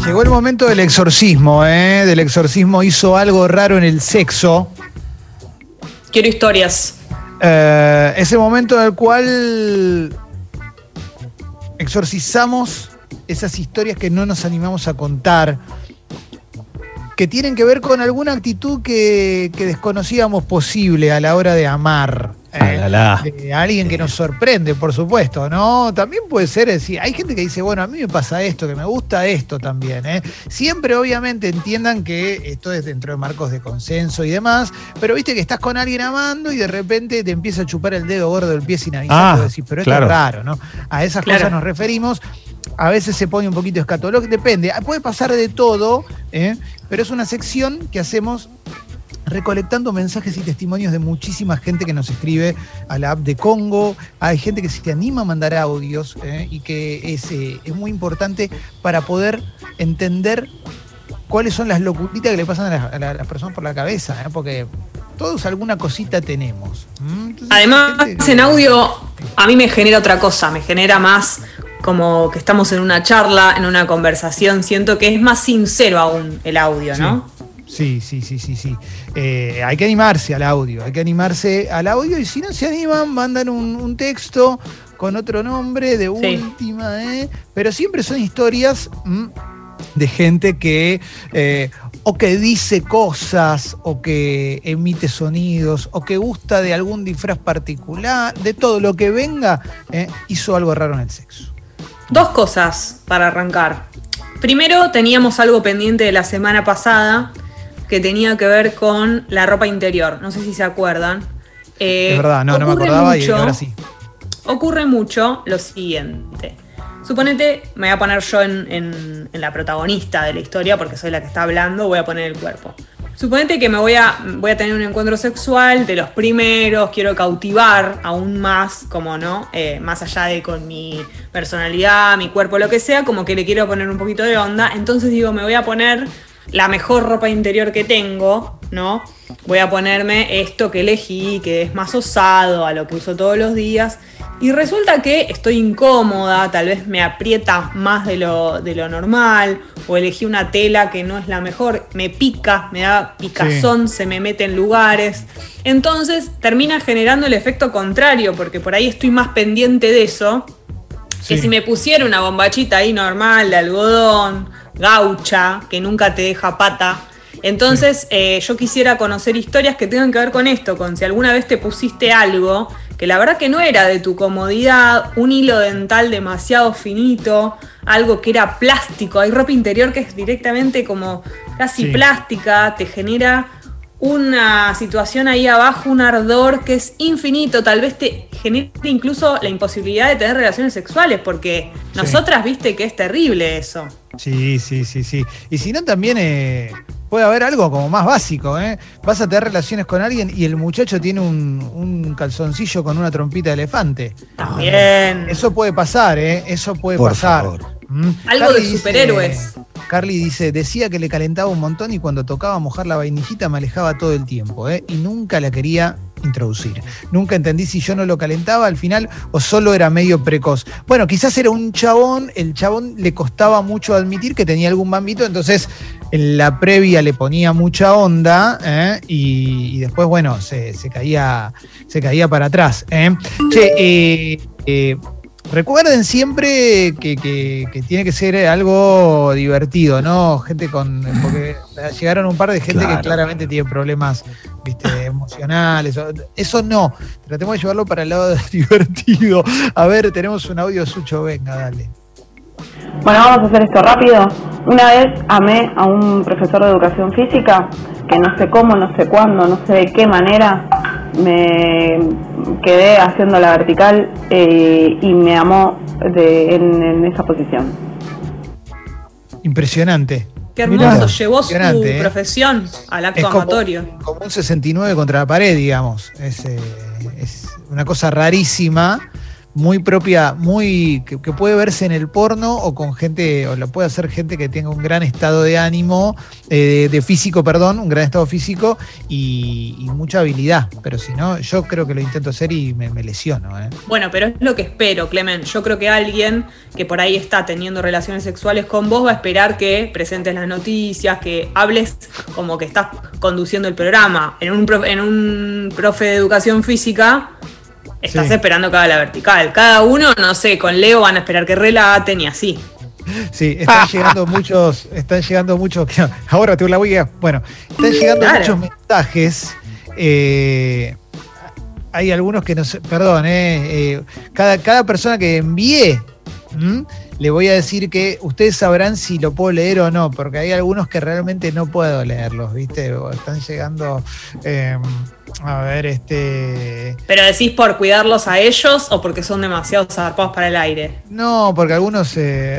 Llegó el momento del exorcismo, ¿eh? Del exorcismo. Hizo algo raro en el sexo. Quiero historias. Ese momento en el cual exorcizamos esas historias que no nos animamos a contar, que tienen que ver con alguna actitud que desconocíamos posible a la hora de amar. De alguien que nos sorprende, por supuesto, ¿no? También puede ser, hay gente que dice, bueno, a mí me pasa esto, que me gusta esto también, ¿eh? Siempre, obviamente, entiendan que esto es dentro de marcos de consenso y demás, pero viste que estás con alguien amando y de repente te empieza a chupar el dedo gordo del pie sin avisar, decís, pero esto es raro, ¿no? A esas cosas nos referimos. A veces se pone un poquito escatológico, depende, puede pasar de todo, pero es una sección que hacemos recolectando mensajes y testimonios de muchísima gente que nos escribe a la app de Congo. Hay gente que se anima a mandar audios y que es muy importante para poder entender cuáles son las locuritas que le pasan a las personas por la cabeza, porque todos alguna cosita tenemos. Entonces, además, en audio a mí me genera otra cosa, me genera más como que estamos en una charla, en una conversación. Siento que es más sincero aún el audio, ¿no? Sí. Hay que animarse al audio, y si no se animan, mandan un texto con otro nombre de última, pero siempre son historias de gente que o que dice cosas, o que emite sonidos, o que gusta de algún disfraz particular, de todo lo que venga, hizo algo raro en el sexo. Dos cosas para arrancar. Primero, teníamos algo pendiente de la semana pasada que tenía que ver con la ropa interior. No sé si se acuerdan. Es verdad, no me acordaba mucho, y ahora sí. Ocurre mucho lo siguiente. Suponete, me voy a poner yo en la protagonista de la historia, porque soy la que está hablando, voy a poner el cuerpo. Suponete que voy a tener un encuentro sexual de los primeros, quiero cautivar aún más, como no, más allá de con mi personalidad, mi cuerpo, lo que sea, como que le quiero poner un poquito de onda. Entonces digo, me voy a poner la mejor ropa interior que tengo, ¿no? Voy a ponerme esto que elegí, que es más osado a lo que uso todos los días. Y resulta que estoy incómoda, tal vez me aprieta más de lo normal, o elegí una tela que no es la mejor, me pica, me da picazón, se me mete en lugares. Entonces termina generando el efecto contrario, porque por ahí estoy más pendiente de eso, que si me pusiera una bombachita ahí normal, de algodón, gaucha, que nunca te deja pata. Entonces yo quisiera conocer historias que tengan que ver con esto, con si alguna vez te pusiste algo que la verdad que no era de tu comodidad, un hilo dental demasiado finito, algo que era plástico. Hay ropa interior que es directamente como casi plástica, te genera una situación ahí abajo, un ardor que es infinito, tal vez te genere incluso la imposibilidad de tener relaciones sexuales, porque nosotras, viste que es terrible eso. Sí. Y si no, también puede haber algo como más básico, Vas a tener relaciones con alguien y el muchacho tiene un calzoncillo con una trompita de elefante. También. Eso puede pasar, Eso puede por pasar. Favor. Algo Carly de superhéroes. Carly dice, decía que le calentaba un montón y cuando tocaba mojar la vainillita me alejaba todo el tiempo, y nunca la quería introducir. Nunca entendí si yo no lo calentaba al final o solo era medio precoz. Bueno, quizás era un chabón, el chabón le costaba mucho admitir que tenía algún bambito, entonces en la previa le ponía mucha onda, y después, bueno, se caía para atrás. Recuerden siempre que tiene que ser algo divertido, ¿no? Porque llegaron un par de gente que claramente tiene problemas, emocionales. Eso no. Tratemos de llevarlo para el lado divertido. A ver, tenemos un audio, Sucho, venga, dale. Bueno, vamos a hacer esto rápido. Una vez amé a un profesor de educación física que no sé cómo, no sé cuándo, no sé de qué manera me quedé haciendo la vertical y me amó en esa posición. Impresionante. Qué hermoso, llevó su profesión al acto amatorio. Como un 69 contra la pared, digamos. Es una cosa rarísima, muy propia, que puede verse en el porno o con gente, o lo puede hacer gente que tenga un gran estado de ánimo, de físico, perdón, un gran estado físico y mucha habilidad. Pero si no, yo creo que lo intento hacer y me lesiono. Bueno, pero es lo que espero, Clemen. Yo creo que alguien que por ahí está teniendo relaciones sexuales con vos va a esperar que presentes las noticias, que hables como que estás conduciendo el programa. En un profe de educación física estás esperando que haga la vertical. Cada uno, no sé, con Leo van a esperar que relaten y así. Sí, están llegando muchos, ahora te la voy a... Bueno, están llegando muchos mensajes. Hay algunos que no sé, perdón, cada persona que envíe, le voy a decir que ustedes sabrán si lo puedo leer o no, porque hay algunos que realmente no puedo leerlos, ¿viste? O están llegando, a ver, ¿Pero decís por cuidarlos a ellos o porque son demasiado zarpados para el aire? No, porque algunos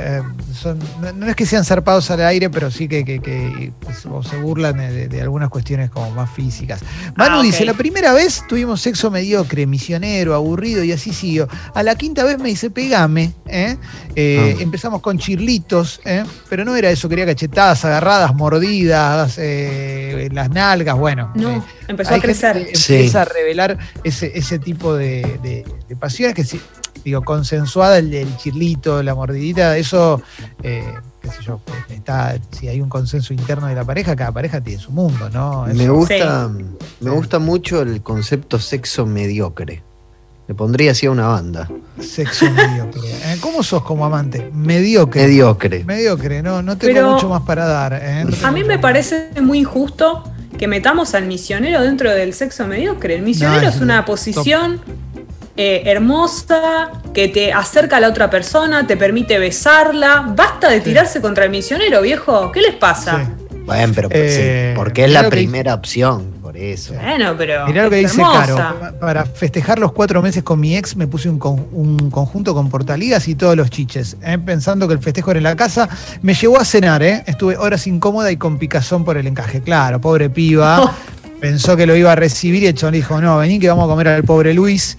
no es que sean zarpados al aire, pero sí que se burlan de algunas cuestiones como más físicas. Manu dice, la primera vez tuvimos sexo mediocre, misionero, aburrido y así siguió. A la quinta vez me dice, pegame, empezamos con chirlitos, pero no era eso, quería cachetadas, agarradas, mordidas, las nalgas, bueno. No, empezó a crecer. Empieza a revelar ese tipo de pasiones que sí, digo, consensuada, el chirlito, la mordidita, eso, qué sé yo, si hay un consenso interno de la pareja, cada pareja tiene su mundo, ¿no? Eso. Me gusta mucho el concepto sexo mediocre. Le pondría así a una banda. Sexo mediocre. ¿Cómo sos como amante? Mediocre. Mediocre, no tengo mucho más para dar. A mí me parece muy injusto que metamos al misionero dentro del sexo mediocre. El misionero es una posición hermosa, que te acerca a la otra persona, te permite besarla. Basta de tirarse contra el misionero, viejo. ¿Qué les pasa? Sí. Bueno, pero porque es la primera opción, por eso. Bueno, pero mirá lo que dice hermosa. Caro. Para festejar los 4 meses con mi ex me puse un conjunto con portaligas y todos los chiches, pensando que el festejo era en la casa. Me llevó a cenar, estuve horas incómoda y con picazón por el encaje. Claro, pobre piba. Pensó que lo iba a recibir y el chabón dijo, no, vení que vamos a comer al pobre Luis.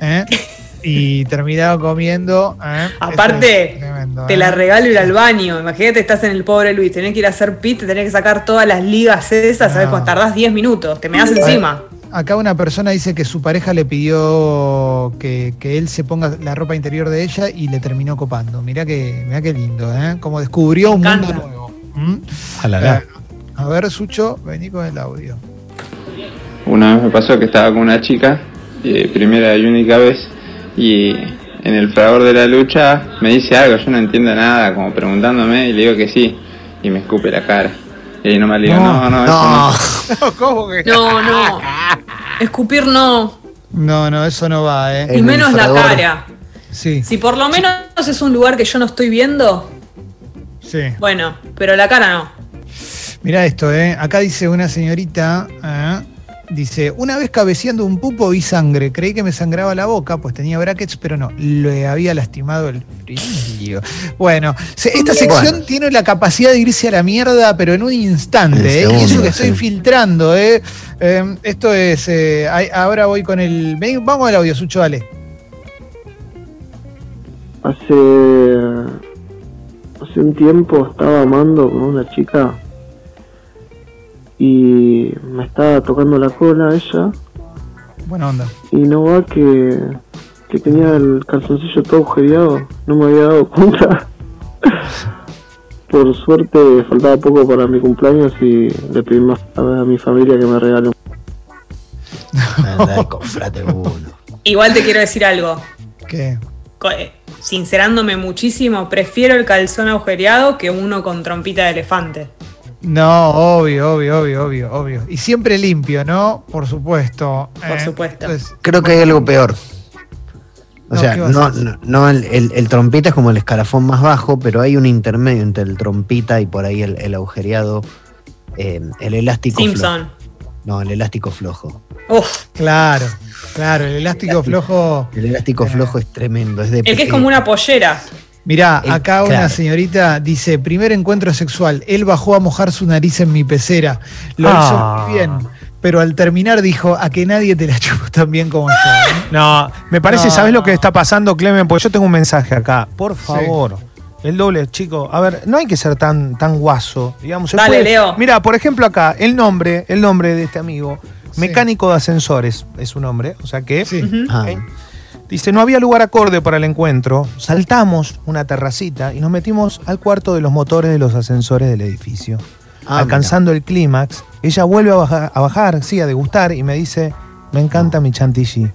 Y terminaron comiendo. Aparte, tremendo, te la regalo ir al baño. Imagínate, estás en el pobre Luis, tenés que ir a hacer pit, tenés que sacar todas las ligas esas, ¿sabes? Cuando tardás 10 minutos, te me das encima. Acá una persona dice que su pareja le pidió que él se ponga la ropa interior de ella y le terminó copando. Mirá qué lindo, como descubrió un mundo nuevo. A ver, Sucho, vení con el audio. Una vez me pasó que estaba con una chica, primera y única vez, y en el fragor de la lucha me dice algo, yo no entiendo nada, como preguntándome, y le digo que sí, y me escupe la cara. Y nomás le digo, no. ¿Cómo que? No. Escupir no. No, eso no va, Y menos la cara. Sí. Si por lo menos es un lugar que yo no estoy viendo, sí. Bueno, pero la cara no. Mirá esto, acá dice una señorita, dice, una vez cabeceando un pupo vi sangre, creí que me sangraba la boca, pues tenía brackets, pero no, le había lastimado el frío. Bueno, esta sección tiene la capacidad de irse a la mierda, pero en un instante, y eso que estoy filtrando, esto es, ahora voy con el... Vamos al audio, Sucho, dale. Hace un tiempo estaba amando con una chica y me estaba tocando la cola ella. Buena onda. Y no va que tenía el calzoncillo todo agujereado, no me había dado cuenta. Por suerte faltaba poco para mi cumpleaños y le pedí más a mi familia que me regale un... Andá y comprate uno. Igual te quiero decir algo. ¿Qué? Sincerándome muchísimo, prefiero el calzón agujereado que uno con trompita de elefante. No, obvio. Y siempre limpio, ¿no? Por supuesto. Por supuesto. Entonces, creo que hay algo peor. O sea, no el trompita es como el escalafón más bajo, pero hay un intermedio entre el trompita y por ahí el agujereado, el elástico Simpson. flojo. No, el elástico flojo. Uf. Claro, el elástico flojo. El elástico flojo es tremendo. Es el que es como una pollera. Mirá, acá una señorita dice, primer encuentro sexual, él bajó a mojar su nariz en mi pecera. Lo hizo muy bien. pero al terminar dijo, a que nadie te la chupó tan bien como yo. No, me parece, ¿sabés lo que está pasando, Clemen? Porque yo tengo un mensaje acá. Por favor, el doble, chico. A ver, no hay que ser tan guaso. Digamos, dale, Leo. Mira, por ejemplo acá, el nombre de este amigo, mecánico de ascensores, es su nombre. O sea que... Sí. Dice, no había lugar acorde para el encuentro. Saltamos una terracita y nos metimos al cuarto de los motores de los ascensores del edificio. Alcanzando el clímax, ella vuelve a bajar, sí, a degustar y me dice, me encanta mi chantilly.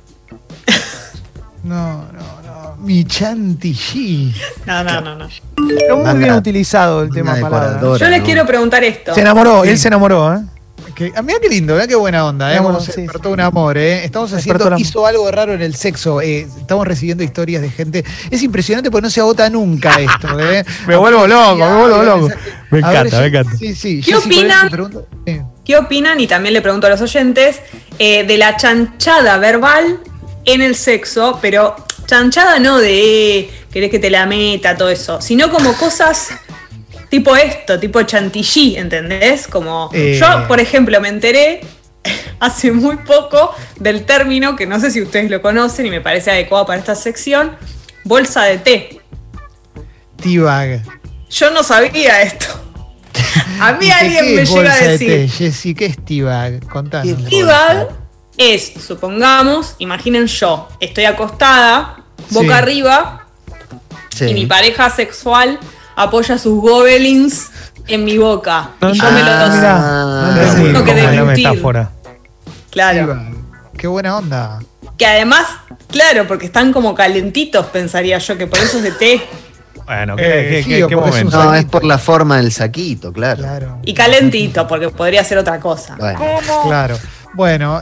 No, mi chantilly. No. Pero muy bien utilizado el tema palabra. Yo les quiero preguntar esto. Se enamoró, él se enamoró, ¿eh? Mirá qué lindo, mirá qué buena onda, cómo se despertó un amor, Estamos hizo algo raro en el sexo, estamos recibiendo historias de gente. Es impresionante porque no se agota nunca esto, Me vuelvo loco. Me encanta. Sí. ¿Qué opinan? ¿Qué opinan? Y también le pregunto a los oyentes, de la chanchada verbal en el sexo, pero chanchada no de querés que te la meta, todo eso, sino como cosas... Tipo esto, tipo chantilly, ¿entendés? Como yo, por ejemplo, me enteré hace muy poco del término, que no sé si ustedes lo conocen y me parece adecuado para esta sección, bolsa de té. Teabag. Yo no sabía esto. A mí alguien me llega a decir. Jessy, ¿qué es teabag? Contanos. Teabag es, supongamos, imaginen yo, estoy acostada, boca arriba, y mi pareja sexual apoya sus gobelins en mi boca. Y yo me los tengo que deglutir. Claro. Qué buena onda. Que además, claro, porque están como calentitos, pensaría yo, que por eso es de té. Bueno, ¿qué momento? No, es por la forma del saquito, claro. Y calentito, porque podría ser otra cosa. Bueno. Claro. Bueno,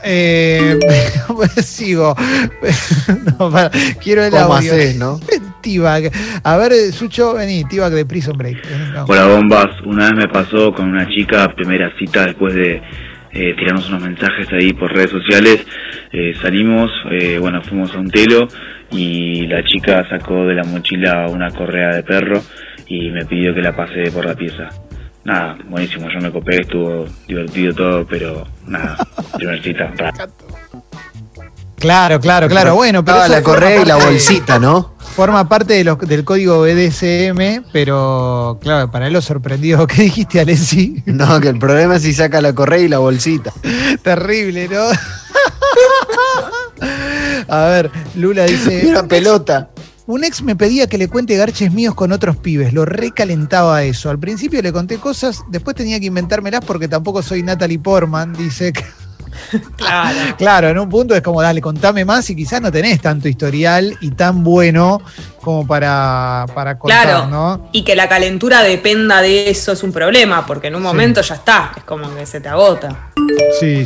sigo. Quiero el ¿Cómo audio. hacés, no? Teabag. A ver, Sucho, vení, Teabag de Prison Break. Hola, bombas. Una vez me pasó con una chica, primera cita, después de tirarnos unos mensajes ahí por redes sociales. Salimos, fuimos a un telo y la chica sacó de la mochila una correa de perro y me pidió que la pase por la pieza. Nada, buenísimo, yo me copé, estuvo divertido todo, pero nada, primer cita. Claro. Bueno, pero la correa y la bolsita, ¿no? Forma parte del código BDSM, pero claro, para él lo sorprendió. ¿Qué dijiste, Alessi? No, que el problema es si saca la correa y la bolsita. Terrible, ¿no? A ver, Lula dice... Una pelota. Un ex me pedía que le cuente garches míos con otros pibes, lo recalentaba eso. Al principio le conté cosas, después tenía que inventármelas porque tampoco soy Natalie Portman, dice. Claro, en un punto es como, dale, contame más y quizás no tenés tanto historial y tan bueno como para contar, claro, ¿no? Y que la calentura dependa de eso es un problema, porque en un momento ya está, es como que se te agota. Sí.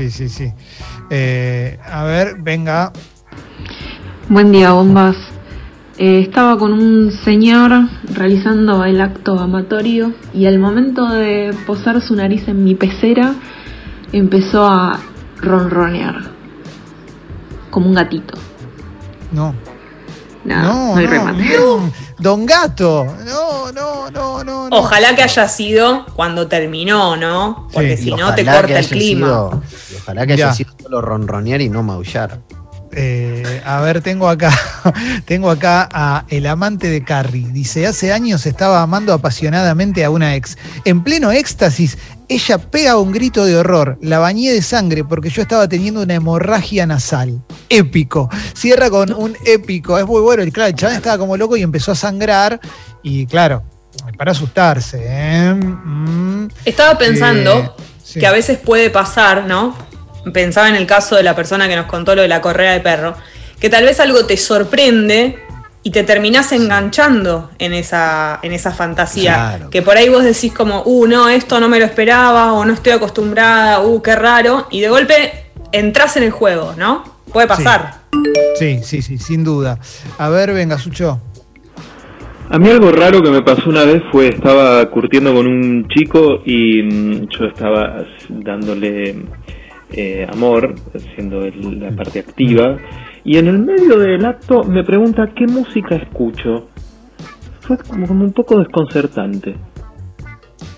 A ver, venga. Buen día, bombas. Estaba con un señor realizando el acto amatorio y al momento de posar su nariz en mi pecera empezó a ronronear como un gatito. No hay remate. Don Gato, no. Ojalá que haya sido cuando terminó, ¿no? Porque si no te corta el clima. Ojalá que haya sido solo ronronear y no maullar. A ver, tengo acá a el amante de Carrie. Dice, hace años estaba amando apasionadamente a una ex. En pleno éxtasis, ella pega un grito de horror. La bañé de sangre porque yo estaba teniendo una hemorragia nasal. Épico. Cierra con un épico. Es muy bueno. Claro, el chaval estaba como loco y empezó a sangrar. Y claro, para asustarse. Estaba pensando que a veces puede pasar, ¿no? Pensaba en el caso de la persona que nos contó lo de la correa de perro, que tal vez algo te sorprende y te terminás enganchando en esa fantasía. Claro. Que por ahí vos decís como, no, esto no me lo esperaba, o no estoy acostumbrada, qué raro, y de golpe entrás en el juego, ¿no? Puede pasar. Sí, sin duda. A ver, venga, Sucho. A mí algo raro que me pasó una vez estaba curtiendo con un chico y yo estaba dándole... amor, haciendo la parte activa, y en el medio del acto me pregunta qué música escucho. Fue como un poco desconcertante.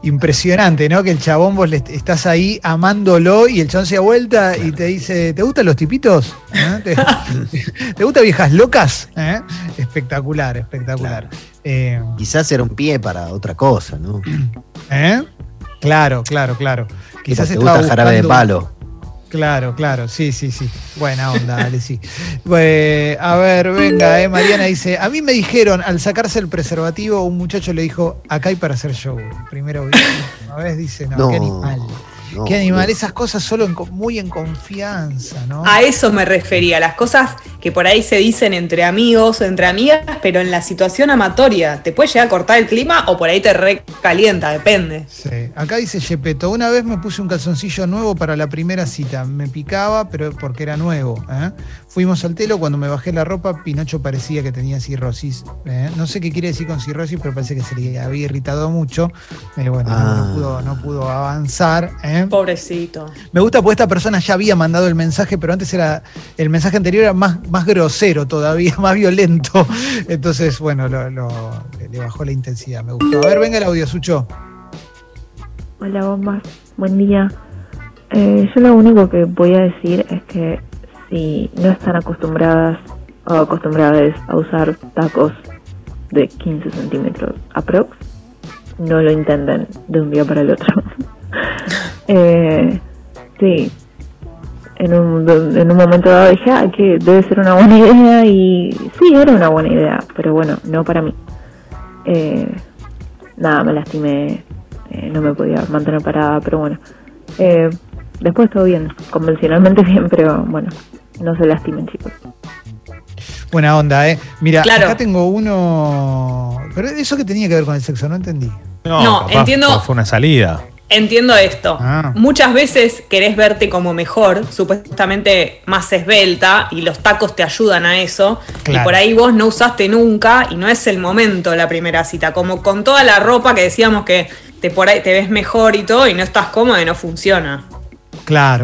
impresionante, ¿no? Que el chabón vos estás ahí amándolo y el chabón se da vuelta y te dice, ¿te gustan los tipitos? ¿Te gustan viejas locas? Espectacular, espectacular. Quizás era un pie para otra cosa, ¿no? Claro. Quizás te gusta Jarabe de Palo. Claro, sí. Buena onda, dale, sí. A ver, venga, Mariana dice, a mí me dijeron, al sacarse el preservativo, un muchacho le dijo, acá hay para hacer show. Primero una vez dice, no, qué animal. Qué animal, esas cosas solo muy en confianza, ¿no? A eso me refería, las cosas que por ahí se dicen entre amigos o entre amigas, pero en la situación amatoria. Te puede llegar a cortar el clima o por ahí te recalienta, depende. Sí. Acá dice Gepetto, una vez me puse un calzoncillo nuevo para la primera cita. Me picaba, pero porque era nuevo. Fuimos al telo, cuando me bajé la ropa, Pinocho parecía que tenía cirrosis. No sé qué quiere decir con cirrosis, pero parece que se le había irritado mucho. No pudo avanzar. Pobrecito. Me gusta porque esta persona ya había mandado el mensaje, pero antes el mensaje anterior era más grosero todavía, más violento. Entonces, bueno, le bajó la intensidad. Me gustó. A ver, venga el audio, Sucho. Hola, bombas. Buen día. Yo lo único que voy a decir es que si no están acostumbradas o acostumbradas a usar tacos de 15 centímetros aprox, no lo intenten de un día para el otro. Sí, en un momento dado dije que debe ser una buena idea, y sí, era una buena idea, pero bueno, no para mí. Me lastimé, no me podía mantener parada, pero bueno, después todo bien, convencionalmente bien, pero bueno, no se lastimen, chicos. Buena onda, Mira, claro. Acá tengo uno, pero eso que tenía que ver con el sexo, no entendí. No, entiendo. Fue una salida. Entiendo esto. Muchas veces querés verte como mejor, supuestamente más esbelta, y los tacos te ayudan a eso. Claro. Y por ahí vos no usaste nunca y no es el momento la primera cita. Como con toda la ropa que decíamos que por ahí te ves mejor y todo y no estás cómoda y no funciona. Claro.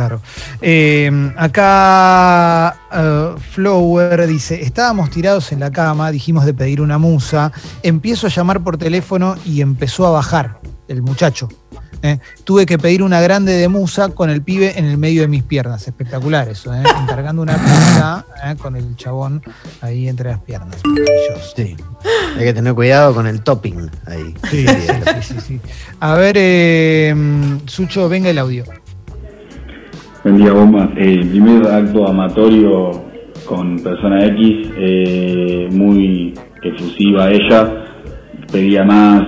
Acá Flower dice, estábamos tirados en la cama, dijimos de pedir una musa, empiezo a llamar por teléfono y empezó a bajar el muchacho. Tuve que pedir una grande de musa con el pibe en el medio de mis piernas. Espectacular eso, encargando una pizza con el chabón ahí entre las piernas. Sí. Hay que tener cuidado con el topping ahí. Sí. A ver, Sucho, venga el audio. Buen día, bomba. El primer acto amatorio con persona X, muy efusiva ella, pedía más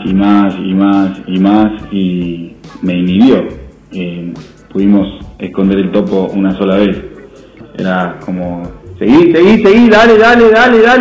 y me inhibió. Pudimos esconder el topo una sola vez. Era como, seguí, dale.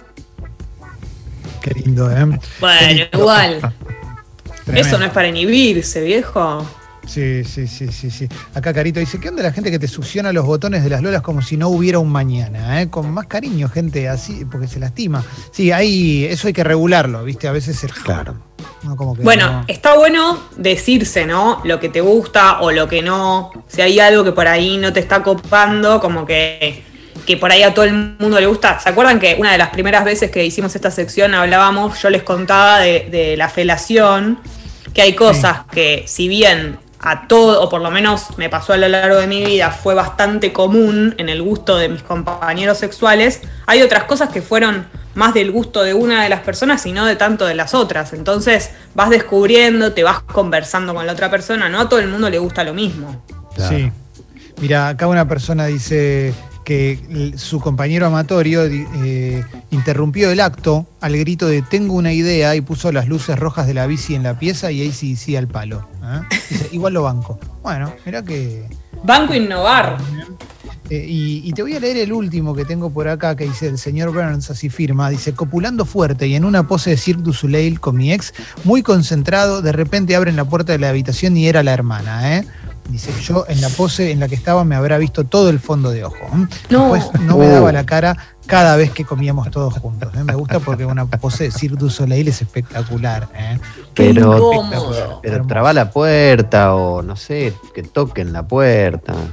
Qué lindo, Bueno, igual. Eso no es para inhibirse, viejo. Sí. Acá Carito dice, ¿qué onda la gente que te succiona los botones de las lolas como si no hubiera un mañana? Con más cariño, gente así, porque se lastima. Sí, eso hay que regularlo, ¿viste? A veces es claro. No, como que está bueno decirse, ¿no? Lo que te gusta o lo que no. Si hay algo que por ahí no te está copando, como que por ahí a todo el mundo le gusta. ¿Se acuerdan que una de las primeras veces que hicimos esta sección yo les contaba de la felación? Que hay cosas que, si bien a todo, o por lo menos me pasó a lo largo de mi vida, fue bastante común en el gusto de mis compañeros sexuales, hay otras cosas que fueron más del gusto de una de las personas y no de tanto de las otras. Entonces vas descubriendo, te vas conversando con la otra persona, no a todo el mundo le gusta lo mismo. Claro. Sí. Mira, acá una persona dice que su compañero amatorio interrumpió el acto al grito de tengo una idea y puso las luces rojas de la bici en la pieza y ahí sí al palo. Dice, igual lo banco. Bueno, mirá que... Banco innovar. Y te voy a leer el último que tengo por acá, que dice el señor Burns, así firma, dice, copulando fuerte y en una pose de Cirque du Soleil con mi ex, muy concentrado, de repente abren la puerta de la habitación y era la hermana, Dice, yo en la pose en la que estaba me habrá visto todo el fondo de ojo. Después no me daba la cara cada vez que comíamos todos juntos. Me gusta porque una pose de Cirque du Soleil es espectacular. Pero traba la puerta o no sé, que toquen la puerta.